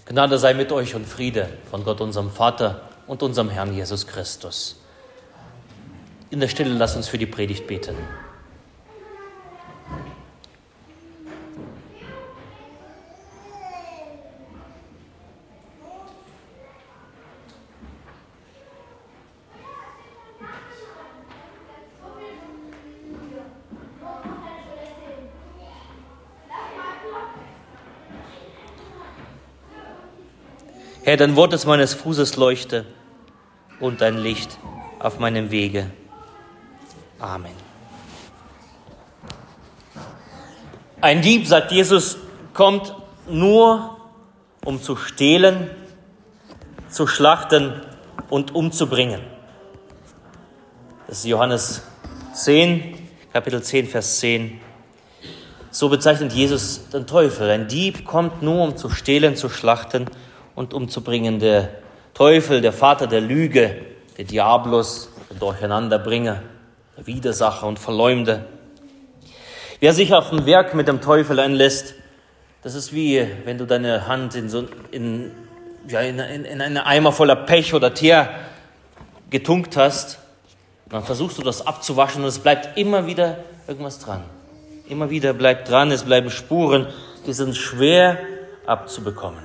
Gnade sei mit euch und Friede von Gott, unserem Vater und unserem Herrn Jesus Christus. In der Stille lasst uns für die Predigt beten. Herr, dein Wort ist meines Fußes Leuchte und dein Licht auf meinem Wege. Amen. Ein Dieb, sagt Jesus, kommt nur, um zu stehlen, zu schlachten und umzubringen. Das ist Johannes 10, Kapitel 10, Vers 10. So bezeichnet Jesus den Teufel. Ein Dieb kommt nur, um zu stehlen, zu schlachten und umzubringen. Der Teufel, der Vater der Lüge, der Diabolus, der Durcheinanderbringer, der Widersacher und Verleumder. Wer sich auf ein Werk mit dem Teufel einlässt, das ist wie, wenn du deine Hand in einen Eimer voller Pech oder Teer getunkt hast. Dann versuchst du das abzuwaschen und es bleibt immer wieder irgendwas dran. Immer wieder bleibt dran, es bleiben Spuren, die sind schwer abzubekommen.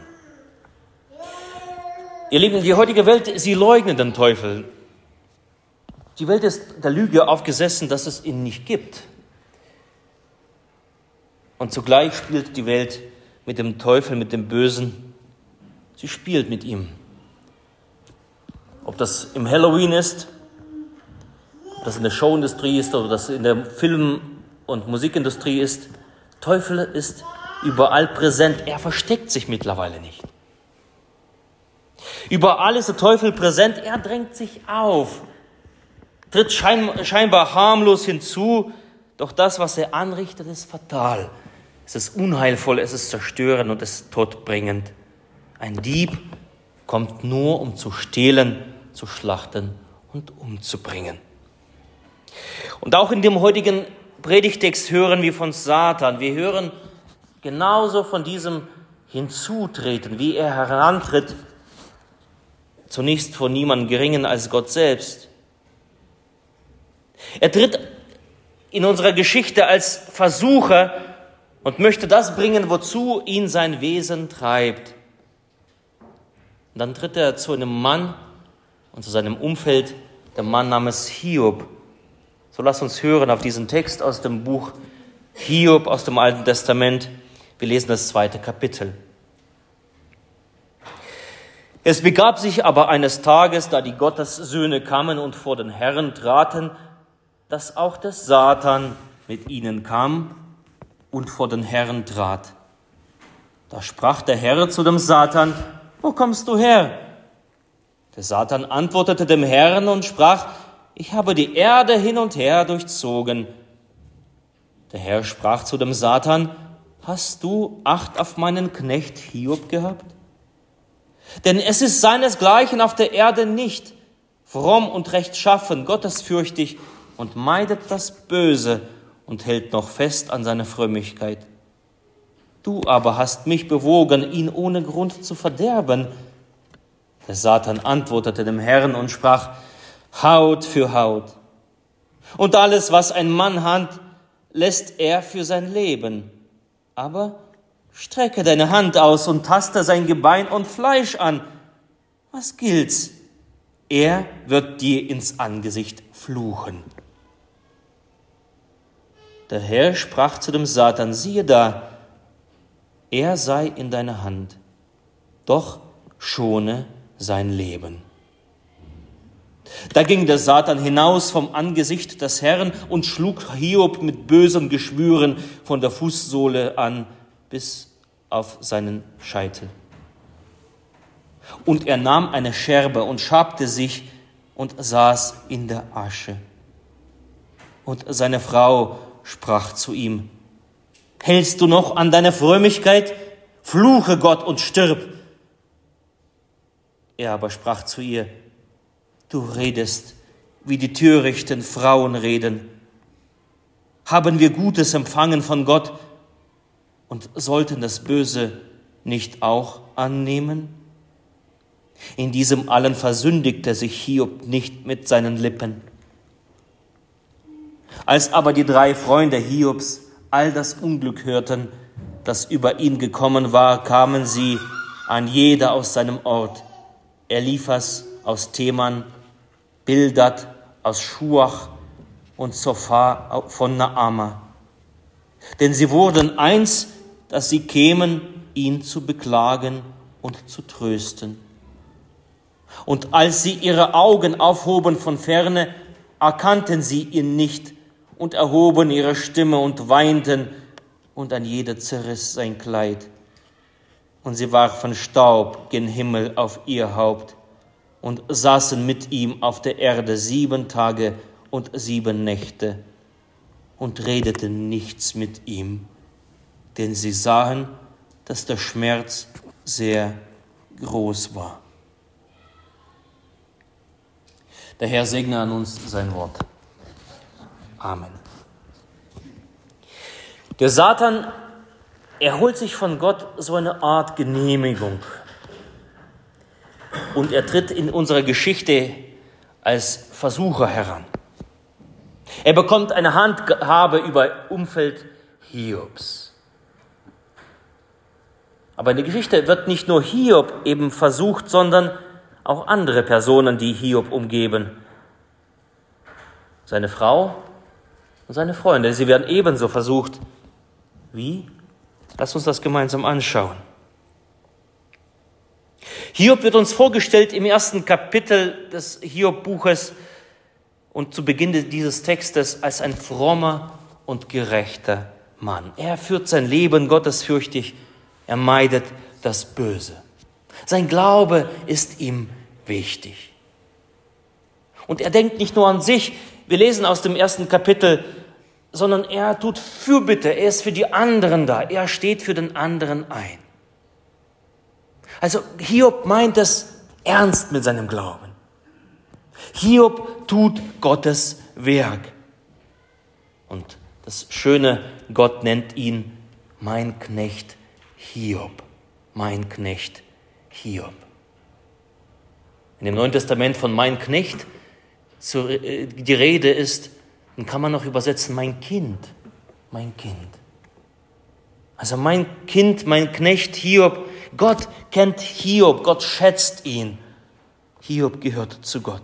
Ihr Lieben, die heutige Welt, sie leugnet den Teufel. Die Welt ist der Lüge aufgesessen, dass es ihn nicht gibt. Und zugleich spielt die Welt mit dem Teufel, mit dem Bösen. Sie spielt mit ihm. Ob das im Halloween ist, ob das in der Showindustrie ist oder das in der Film- und Musikindustrie ist, Teufel ist überall präsent. Er versteckt sich mittlerweile nicht. Überall ist der Teufel präsent, er drängt sich auf, tritt scheinbar harmlos hinzu, doch das, was er anrichtet, ist fatal. Es ist unheilvoll, es ist zerstörend und es ist todbringend. Ein Dieb kommt nur, um zu stehlen, zu schlachten und umzubringen. Und auch in dem heutigen Predigtext hören wir von Satan. Wir hören genauso von diesem Hinzutreten, wie er herantritt, zunächst vor niemandem Geringen als Gott selbst. Er tritt in unserer Geschichte als Versucher und möchte das bringen, wozu ihn sein Wesen treibt. Und dann tritt er zu einem Mann und zu seinem Umfeld, der Mann namens Hiob. So lasst uns hören auf diesen Text aus dem Buch Hiob aus dem Alten Testament. Wir lesen das 2. Kapitel. Es begab sich aber eines Tages, da die Gottessöhne kamen und vor den Herrn traten, dass auch der Satan mit ihnen kam und vor den Herrn trat. Da sprach der Herr zu dem Satan: Wo kommst du her? Der Satan antwortete dem Herrn und sprach: Ich habe die Erde hin und her durchzogen. Der Herr sprach zu dem Satan: Hast du Acht auf meinen Knecht Hiob gehabt? Denn es ist seinesgleichen auf der Erde nicht, fromm und rechtschaffen, gottesfürchtig und meidet das Böse und hält noch fest an seiner Frömmigkeit. Du aber hast mich bewogen, ihn ohne Grund zu verderben. Der Satan antwortete dem Herrn und sprach: Haut für Haut. Und alles, was ein Mann hat, lässt er für sein Leben. Aber strecke deine Hand aus und taste sein Gebein und Fleisch an. Was gilt's? Er wird dir ins Angesicht fluchen. Der Herr sprach zu dem Satan: Siehe da, er sei in deiner Hand, doch schone sein Leben. Da ging der Satan hinaus vom Angesicht des Herrn und schlug Hiob mit bösen Geschwüren von der Fußsohle an bis auf seinen Scheitel. Und er nahm eine Scherbe und schabte sich und saß in der Asche. Und seine Frau sprach zu ihm: Hältst du noch an deiner Frömmigkeit? Fluche Gott und stirb. Er aber sprach zu ihr: Du redest, wie die törichten Frauen reden. Haben wir Gutes empfangen von Gott und sollten das Böse nicht auch annehmen? In diesem allen versündigte sich Hiob nicht mit seinen Lippen. Als aber die 3 Freunde Hiobs all das Unglück hörten, das über ihn gekommen war, kamen sie, ein jeder aus seinem Ort. Eliphas aus Teman, Bildad aus Schuach und Zophar von Naama. Denn sie wurden eins, dass sie kämen, ihn zu beklagen und zu trösten. Und als sie ihre Augen aufhoben von ferne, erkannten sie ihn nicht und erhoben ihre Stimme und weinten, und ein jeder zerriss sein Kleid. Und sie warfen Staub gen Himmel auf ihr Haupt und saßen mit ihm auf der Erde 7 Tage und 7 Nächte und redeten nichts mit ihm, denn sie sahen, dass der Schmerz sehr groß war. Der Herr segne an uns sein Wort. Amen. Der Satan erholt sich von Gott so eine Art Genehmigung. Und er tritt in unserer Geschichte als Versucher heran. Er bekommt eine Handhabe über Umfeld Hiobs. Aber in der Geschichte wird nicht nur Hiob eben versucht, sondern auch andere Personen, die Hiob umgeben. Seine Frau und seine Freunde, sie werden ebenso versucht. Wie? Lass uns das gemeinsam anschauen. Hiob wird uns vorgestellt im 1. Kapitel des Hiob-Buches und zu Beginn dieses Textes als ein frommer und gerechter Mann. Er führt sein Leben gottesfürchtig, er meidet das Böse. Sein Glaube ist ihm wichtig. Und er denkt nicht nur an sich, wir lesen aus dem 1. Kapitel, sondern er tut Fürbitte, er ist für die anderen da, er steht für den anderen ein. Also Hiob meint es ernst mit seinem Glauben. Hiob tut Gottes Werk. Und das Schöne, Gott nennt ihn mein Knecht Hiob. Mein Knecht Hiob. In dem Neuen Testament von mein Knecht die Rede ist, dann kann man noch übersetzen, mein Kind, mein Kind. Also mein Kind, mein Knecht Hiob, Gott kennt Hiob, Gott schätzt ihn. Hiob gehört zu Gott.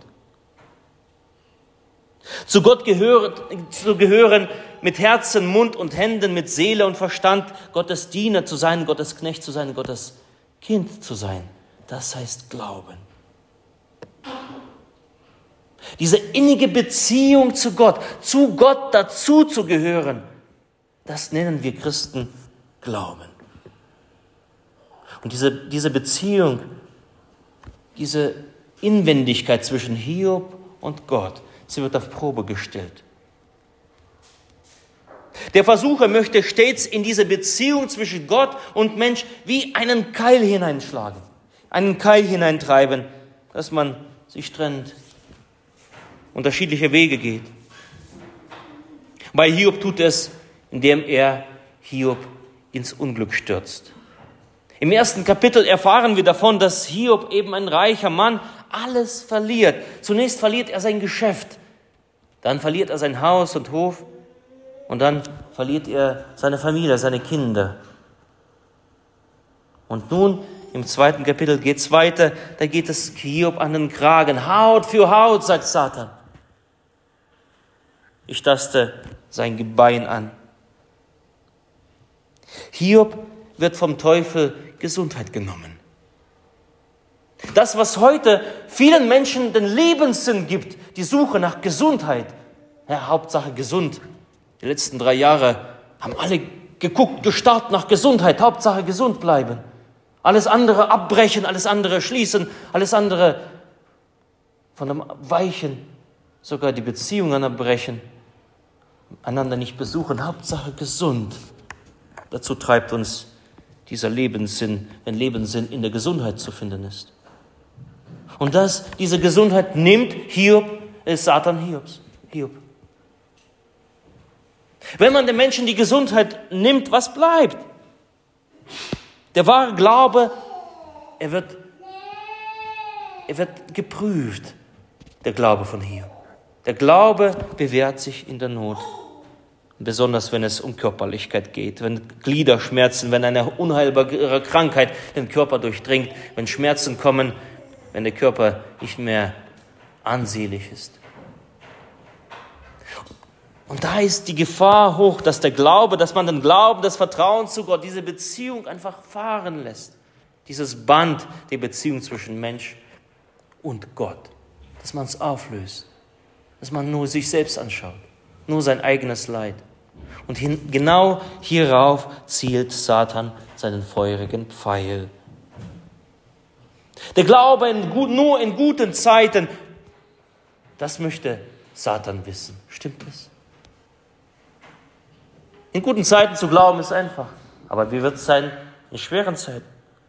Zu Gott zu gehören mit Herzen, Mund und Händen, mit Seele und Verstand, Gottes Diener zu sein, Gottes Knecht zu sein, Gottes Kind zu sein. Das heißt Glauben. Diese innige Beziehung zu Gott dazu zu gehören, das nennen wir Christen Glauben. Und diese Beziehung, diese Inwendigkeit zwischen Hiob und Gott, sie wird auf Probe gestellt. Der Versucher möchte stets in diese Beziehung zwischen Gott und Mensch wie einen Keil hineinschlagen, einen Keil hineintreiben, dass man sich trennt, unterschiedliche Wege geht. Bei Hiob tut es, indem er Hiob ins Unglück stürzt. Im 1. Kapitel erfahren wir davon, dass Hiob, eben ein reicher Mann, alles verliert. Zunächst verliert er sein Geschäft, dann verliert er sein Haus und Hof und dann verliert er seine Familie, seine Kinder. Und nun, im 2. Kapitel geht es weiter, da geht es Hiob an den Kragen. Haut für Haut, sagt Satan. Ich taste sein Gebein an. Hiob wird vom Teufel Gesundheit genommen. Das, was heute vielen Menschen den Lebenssinn gibt, die Suche nach Gesundheit. Ja, Hauptsache gesund. Die letzten 3 Jahre haben alle geguckt, gestarrt nach Gesundheit. Hauptsache gesund bleiben. Alles andere abbrechen, alles andere schließen, alles andere von dem Weichen, sogar die Beziehungen abbrechen, einander nicht besuchen. Hauptsache gesund. Dazu treibt uns dieser Lebenssinn, wenn Lebenssinn in der Gesundheit zu finden ist. Und diese Gesundheit nimmt Satan Hiob. Wenn man den Menschen die Gesundheit nimmt, was bleibt? Der wahre Glaube, er wird geprüft, der Glaube von Hiob. Der Glaube bewährt sich in der Not. Besonders wenn es um Körperlichkeit geht, wenn Gliederschmerzen, wenn eine unheilbare Krankheit den Körper durchdringt, wenn Schmerzen kommen, wenn der Körper nicht mehr ansehlich ist. Und da ist die Gefahr hoch, dass man den Glauben, das Vertrauen zu Gott, diese Beziehung einfach fahren lässt. Dieses Band, die Beziehung zwischen Mensch und Gott, dass man es auflöst, dass man nur sich selbst anschaut, nur sein eigenes Leid. Und genau hierauf zielt Satan seinen feurigen Pfeil. Der Glaube nur in guten Zeiten, das möchte Satan wissen. Stimmt das? In guten Zeiten zu glauben ist einfach. Aber wie wird es sein in schweren Zeiten?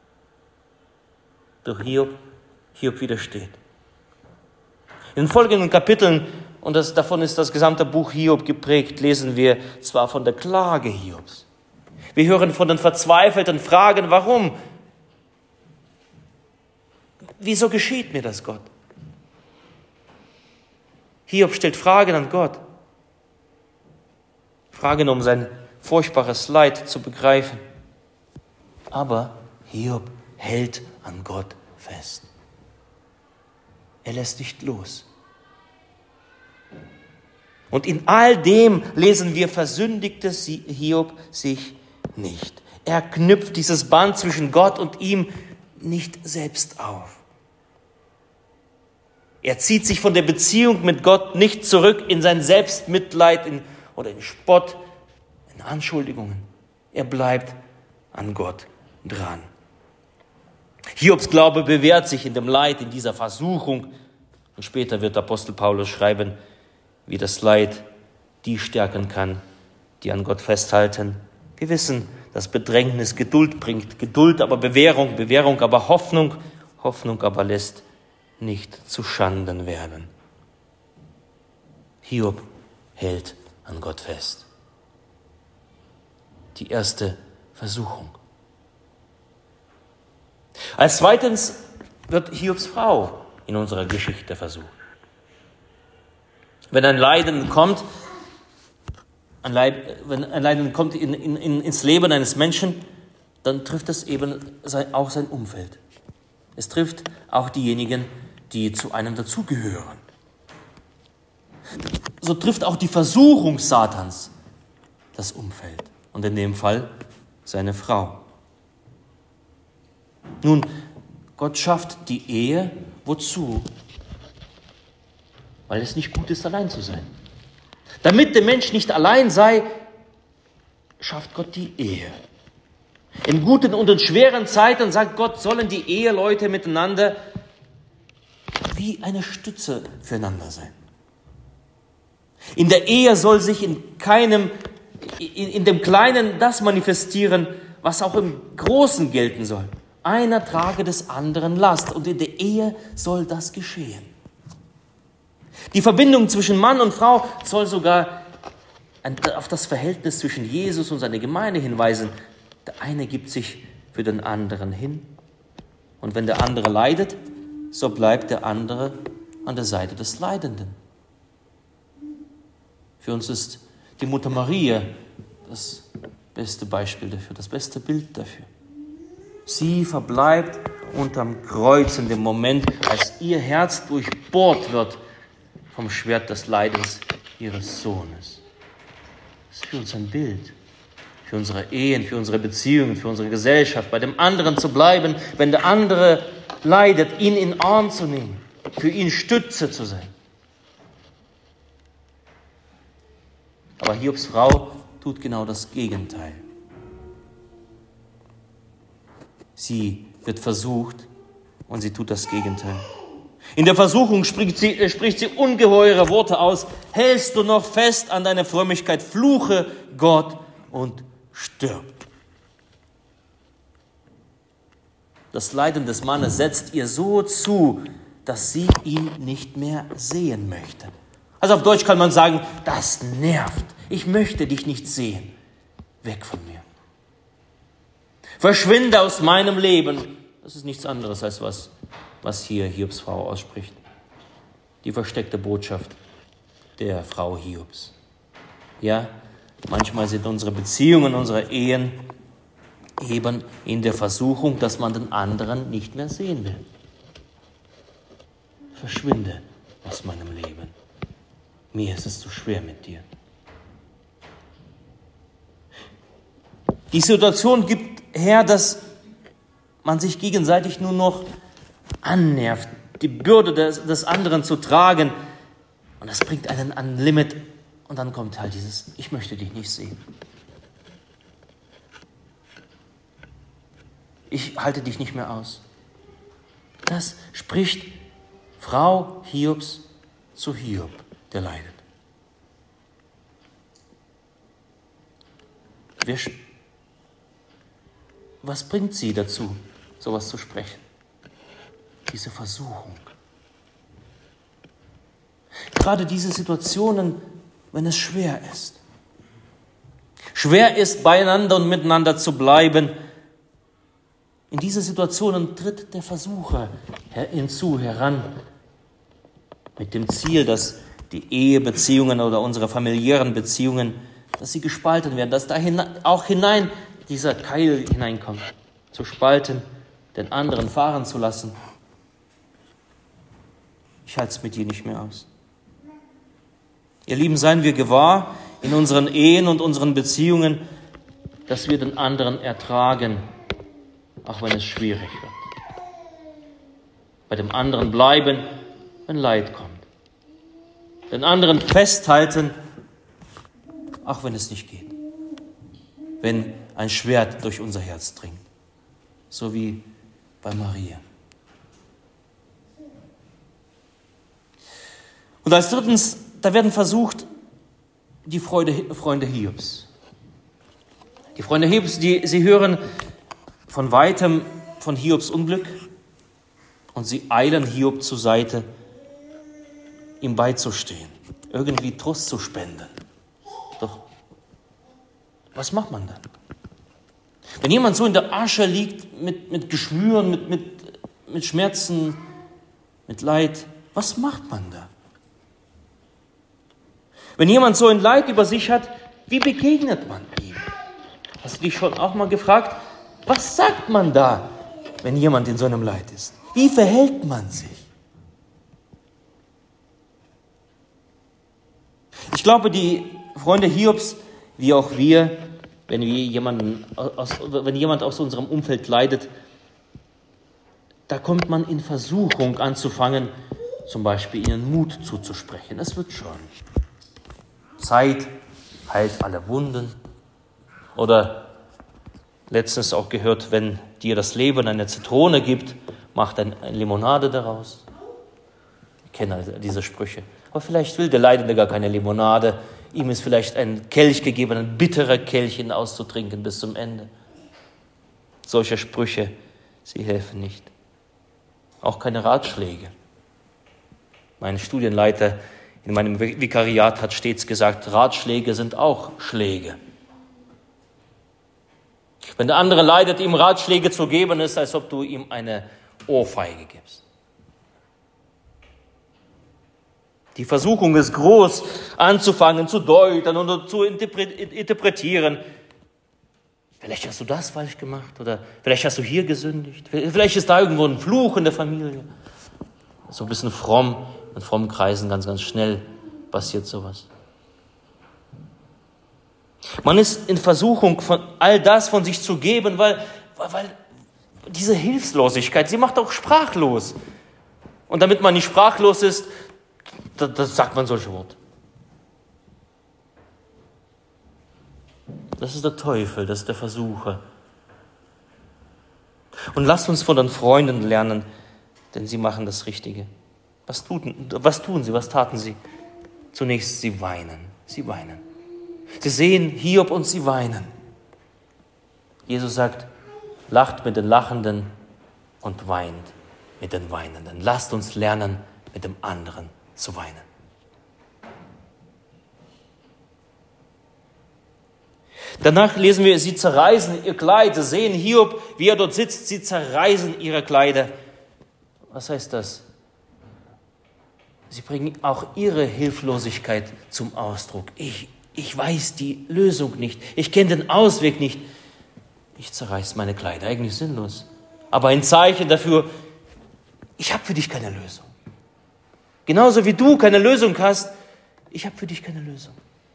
Doch Hiob widersteht. In den folgenden Kapiteln, und davon ist das gesamte Buch Hiob geprägt, lesen wir zwar von der Klage Hiobs. Wir hören von den verzweifelten Fragen, warum? Wieso geschieht mir das, Gott? Hiob stellt Fragen an Gott. Fragen, um sein furchtbares Leid zu begreifen. Aber Hiob hält an Gott fest. Er lässt nicht los. Und in all dem lesen wir, versündigte Hiob sich nicht. Er knüpft dieses Band zwischen Gott und ihm nicht selbst auf. Er zieht sich von der Beziehung mit Gott nicht zurück in sein Selbstmitleid oder in Spott, in Anschuldigungen. Er bleibt an Gott dran. Hiobs Glaube bewährt sich in dem Leid, in dieser Versuchung. Und später wird Apostel Paulus schreiben, wie das Leid die stärken kann, die an Gott festhalten. Wir wissen, dass Bedrängnis Geduld bringt. Geduld aber Bewährung, Bewährung aber Hoffnung, Hoffnung aber lässt nicht zu Schanden werden. Hiob hält an Gott fest. Die erste Versuchung. Als zweitens wird Hiobs Frau in unserer Geschichte versucht. Wenn ein Leiden kommt, ins Leben eines Menschen, dann trifft es eben auch sein Umfeld. Es trifft auch diejenigen, die zu einem dazugehören. So trifft auch die Versuchung Satans das Umfeld und in dem Fall seine Frau. Nun, Gott schafft die Ehe, wozu? Weil es nicht gut ist, allein zu sein. Damit der Mensch nicht allein sei, schafft Gott die Ehe. In guten und in schweren Zeiten sagt Gott, sollen die Eheleute miteinander wie eine Stütze füreinander sein. In der Ehe soll sich in dem Kleinen das manifestieren, was auch im Großen gelten soll. Einer trage des anderen Last und in der Ehe soll das geschehen. Die Verbindung zwischen Mann und Frau soll sogar auf das Verhältnis zwischen Jesus und seiner Gemeinde hinweisen. Der eine gibt sich für den anderen hin und wenn der andere leidet, so bleibt der andere an der Seite des Leidenden. Für uns ist die Mutter Maria das beste Beispiel dafür, das beste Bild dafür. Sie verbleibt unterm Kreuz in dem Moment, als ihr Herz durchbohrt wird vom Schwert des Leidens ihres Sohnes. Das ist für uns ein Bild, für unsere Ehen, für unsere Beziehungen, für unsere Gesellschaft, bei dem anderen zu bleiben, wenn der andere leidet, ihn in den Arm zu nehmen, für ihn Stütze zu sein. Aber Hiobs Frau tut genau das Gegenteil. Sie wird versucht und sie tut das Gegenteil. In der Versuchung spricht sie ungeheure Worte aus. Hältst du noch fest an deiner Frömmigkeit, fluche Gott und stirb. Das Leiden des Mannes setzt ihr so zu, dass sie ihn nicht mehr sehen möchte. Also auf Deutsch kann man sagen, das nervt. Ich möchte dich nicht sehen. Weg von mir. Verschwinde aus meinem Leben. Das ist nichts anderes als was hier Hiobs Frau ausspricht. Die versteckte Botschaft der Frau Hiobs. Ja, manchmal sind unsere Beziehungen, unsere Ehen eben in der Versuchung, dass man den anderen nicht mehr sehen will. Verschwinde aus meinem Leben. Mir ist es zu schwer mit dir. Die Situation gibt her, dass man sich gegenseitig nur noch annervt, die Bürde des anderen zu tragen. Und das bringt einen an ein Limit. Und dann kommt halt dieses, ich möchte dich nicht sehen. Ich halte dich nicht mehr aus. Das spricht Frau Hiobs zu Hiob, der leidet. Was bringt sie dazu, sowas zu sprechen? Diese Versuchung. Gerade diese Situationen, wenn es schwer ist. Schwer ist, beieinander und miteinander zu bleiben. In diese Situationen tritt der Versucher heran, mit dem Ziel, dass die Ehebeziehungen oder unsere familiären Beziehungen, dass sie gespalten werden, dass da auch hinein dieser Keil hineinkommt, zu spalten, den anderen fahren zu lassen. Ich halte es mit dir nicht mehr aus. Ihr Lieben, seien wir gewahr in unseren Ehen und unseren Beziehungen, dass wir den anderen ertragen, auch wenn es schwierig wird. Bei dem anderen bleiben, wenn Leid kommt. Den anderen festhalten, auch wenn es nicht geht. Wenn ein Schwert durch unser Herz dringt. So wie bei Maria. Und als drittens, da werden versucht, die Freunde Hiobs. Die Freunde Hiobs, sie hören von weitem von Hiobs Unglück und sie eilen Hiob zur Seite, ihm beizustehen, irgendwie Trost zu spenden. Doch was macht man dann? Wenn jemand so in der Asche liegt, mit Geschwüren, mit Schmerzen, mit Leid, was macht man da? Wenn jemand so ein Leid über sich hat, wie begegnet man ihm? Hast du dich schon auch mal gefragt, was sagt man da, wenn jemand in so einem Leid ist? Wie verhält man sich? Ich glaube, die Freunde Hiobs, wie auch wir, wenn jemand aus unserem Umfeld leidet, da kommt man in Versuchung anzufangen, zum Beispiel ihnen Mut zuzusprechen. Es wird schon. Zeit heilt alle Wunden. Oder letztens auch gehört, wenn dir das Leben eine Zitrone gibt, mach dann eine Limonade daraus. Ich kenne diese Sprüche. Aber vielleicht will der Leidende gar keine Limonade. Ihm ist vielleicht ein Kelch gegeben, ein bitterer Kelch, ihn auszutrinken bis zum Ende. Solche Sprüche, sie helfen nicht. Auch keine Ratschläge. Mein Studienleiter in meinem Vikariat hat stets gesagt, Ratschläge sind auch Schläge. Wenn der andere leidet, ihm Ratschläge zu geben, ist, als ob du ihm eine Ohrfeige gibst. Die Versuchung ist groß, anzufangen, zu deuten und zu interpretieren. Vielleicht hast du das falsch gemacht oder vielleicht hast du hier gesündigt. Vielleicht ist da irgendwo ein Fluch in der Familie. So ein bisschen fromm, in frommen Kreisen ganz, ganz schnell passiert sowas. Man ist in Versuchung, all das von sich zu geben, weil diese Hilflosigkeit, sie macht auch sprachlos. Und damit man nicht sprachlos ist, das sagt man solche Worte. Das ist der Teufel, das ist der Versucher. Und lasst uns von den Freunden lernen, denn sie machen das Richtige. Was tun sie? Was taten sie? Zunächst, sie weinen. Sie weinen. Sie sehen Hiob und sie weinen. Jesus sagt, lacht mit den Lachenden und weint mit den Weinenden. Lasst uns lernen, mit dem anderen zu weinen. Danach lesen wir, sie zerreißen ihr Kleid. Sie sehen Hiob, wie er dort sitzt. Sie zerreißen ihre Kleider. Was heißt das? Sie bringen auch ihre Hilflosigkeit zum Ausdruck. Ich weiß die Lösung nicht. Ich kenne den Ausweg nicht. Ich zerreiße meine Kleider. Eigentlich sinnlos. Aber ein Zeichen dafür, ich habe für dich keine Lösung. Genauso wie du keine Lösung hast, ich habe für dich keine Lösung.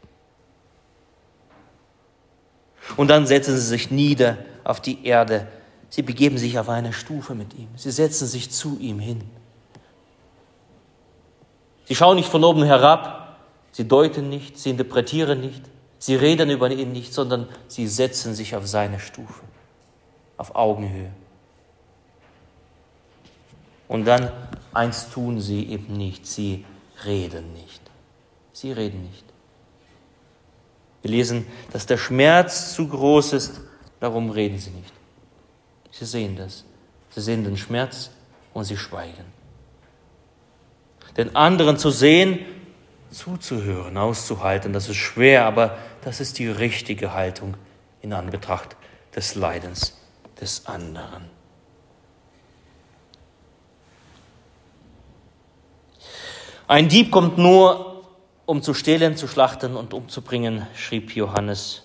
Und dann setzen sie sich nieder auf die Erde. Sie begeben sich auf eine Stufe mit ihm. Sie setzen sich zu ihm hin. Sie schauen nicht von oben herab, sie deuten nicht, sie interpretieren nicht, sie reden über ihn nicht, sondern sie setzen sich auf seine Stufe, auf Augenhöhe. Und dann eins tun sie eben nicht, sie reden nicht. Sie reden nicht. Wir lesen, dass der Schmerz zu groß ist, darum reden sie nicht. Sie sehen das. Sie sehen den Schmerz und sie schweigen. Den anderen zu sehen, zuzuhören, auszuhalten, das ist schwer, aber das ist die richtige Haltung in Anbetracht des Leidens des anderen. Ein Dieb kommt nur, um zu stehlen, zu schlachten und umzubringen, schrieb Johannes.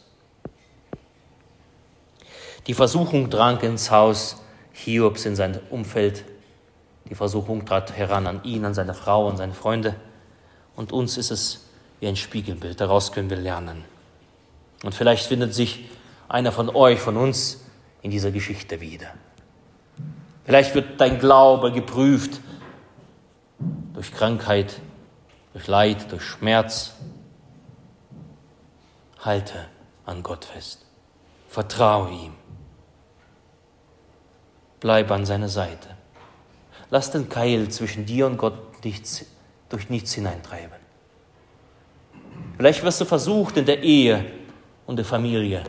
Die Versuchung drang ins Haus Hiobs in sein Umfeld. Die Versuchung trat heran an ihn, an seine Frau, an seine Freunde. Und uns ist es wie ein Spiegelbild. Daraus können wir lernen. Und vielleicht findet sich einer von euch, von uns, in dieser Geschichte wieder. Vielleicht wird dein Glaube geprüft durch Krankheit, durch Leid, durch Schmerz. Halte an Gott fest. Vertraue ihm. Bleibe an seiner Seite. Lass den Keil zwischen dir und Gott durch nichts hineintreiben. Vielleicht wirst du versucht in der Ehe und der Familie.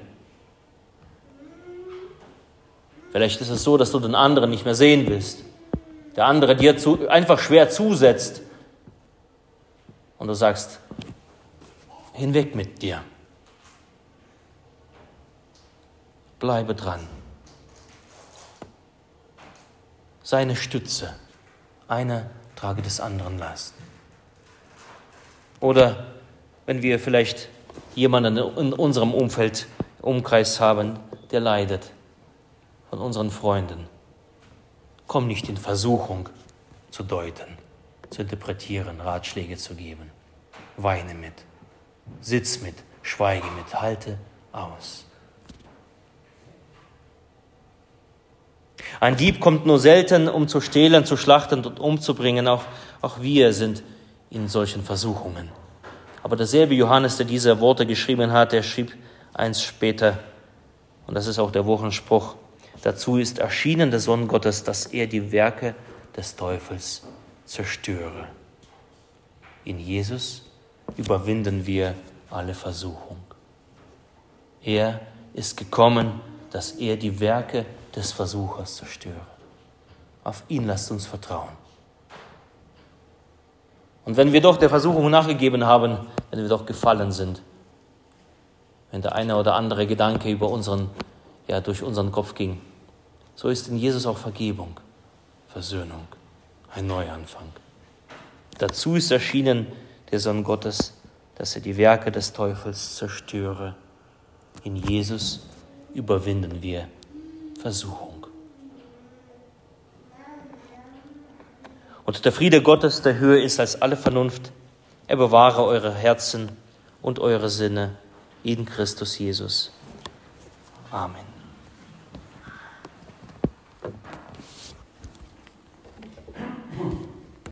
Vielleicht ist es so, dass du den anderen nicht mehr sehen willst. Der andere dir einfach schwer zusetzt. Und du sagst, hinweg mit dir. Bleibe dran. Seine Stütze. Einer trage des anderen Last. Oder wenn wir vielleicht jemanden in unserem Umkreis haben, der leidet, von unseren Freunden. Komm nicht in Versuchung zu deuten, zu interpretieren, Ratschläge zu geben. Weine mit, sitz mit, schweige mit, halte aus. Ein Dieb kommt nur selten, um zu stehlen, zu schlachten und umzubringen. Auch wir sind in solchen Versuchungen. Aber derselbe Johannes, der diese Worte geschrieben hat, der schrieb eins später, und das ist auch der Wochenspruch, dazu ist erschienen der Sohn Gottes, dass er die Werke des Teufels zerstöre. In Jesus überwinden wir alle Versuchung. Er ist gekommen, dass er die Werke des Versuchers zerstöre. Auf ihn lasst uns vertrauen. Und wenn wir doch der Versuchung nachgegeben haben, wenn wir doch gefallen sind, wenn der eine oder andere Gedanke durch unseren Kopf ging, so ist in Jesus auch Vergebung, Versöhnung, ein Neuanfang. Dazu ist erschienen der Sohn Gottes, dass er die Werke des Teufels zerstöre. In Jesus überwinden wir Versuchung. Und der Friede Gottes, der höher ist als alle Vernunft, er bewahre eure Herzen und eure Sinne in Christus Jesus. Amen.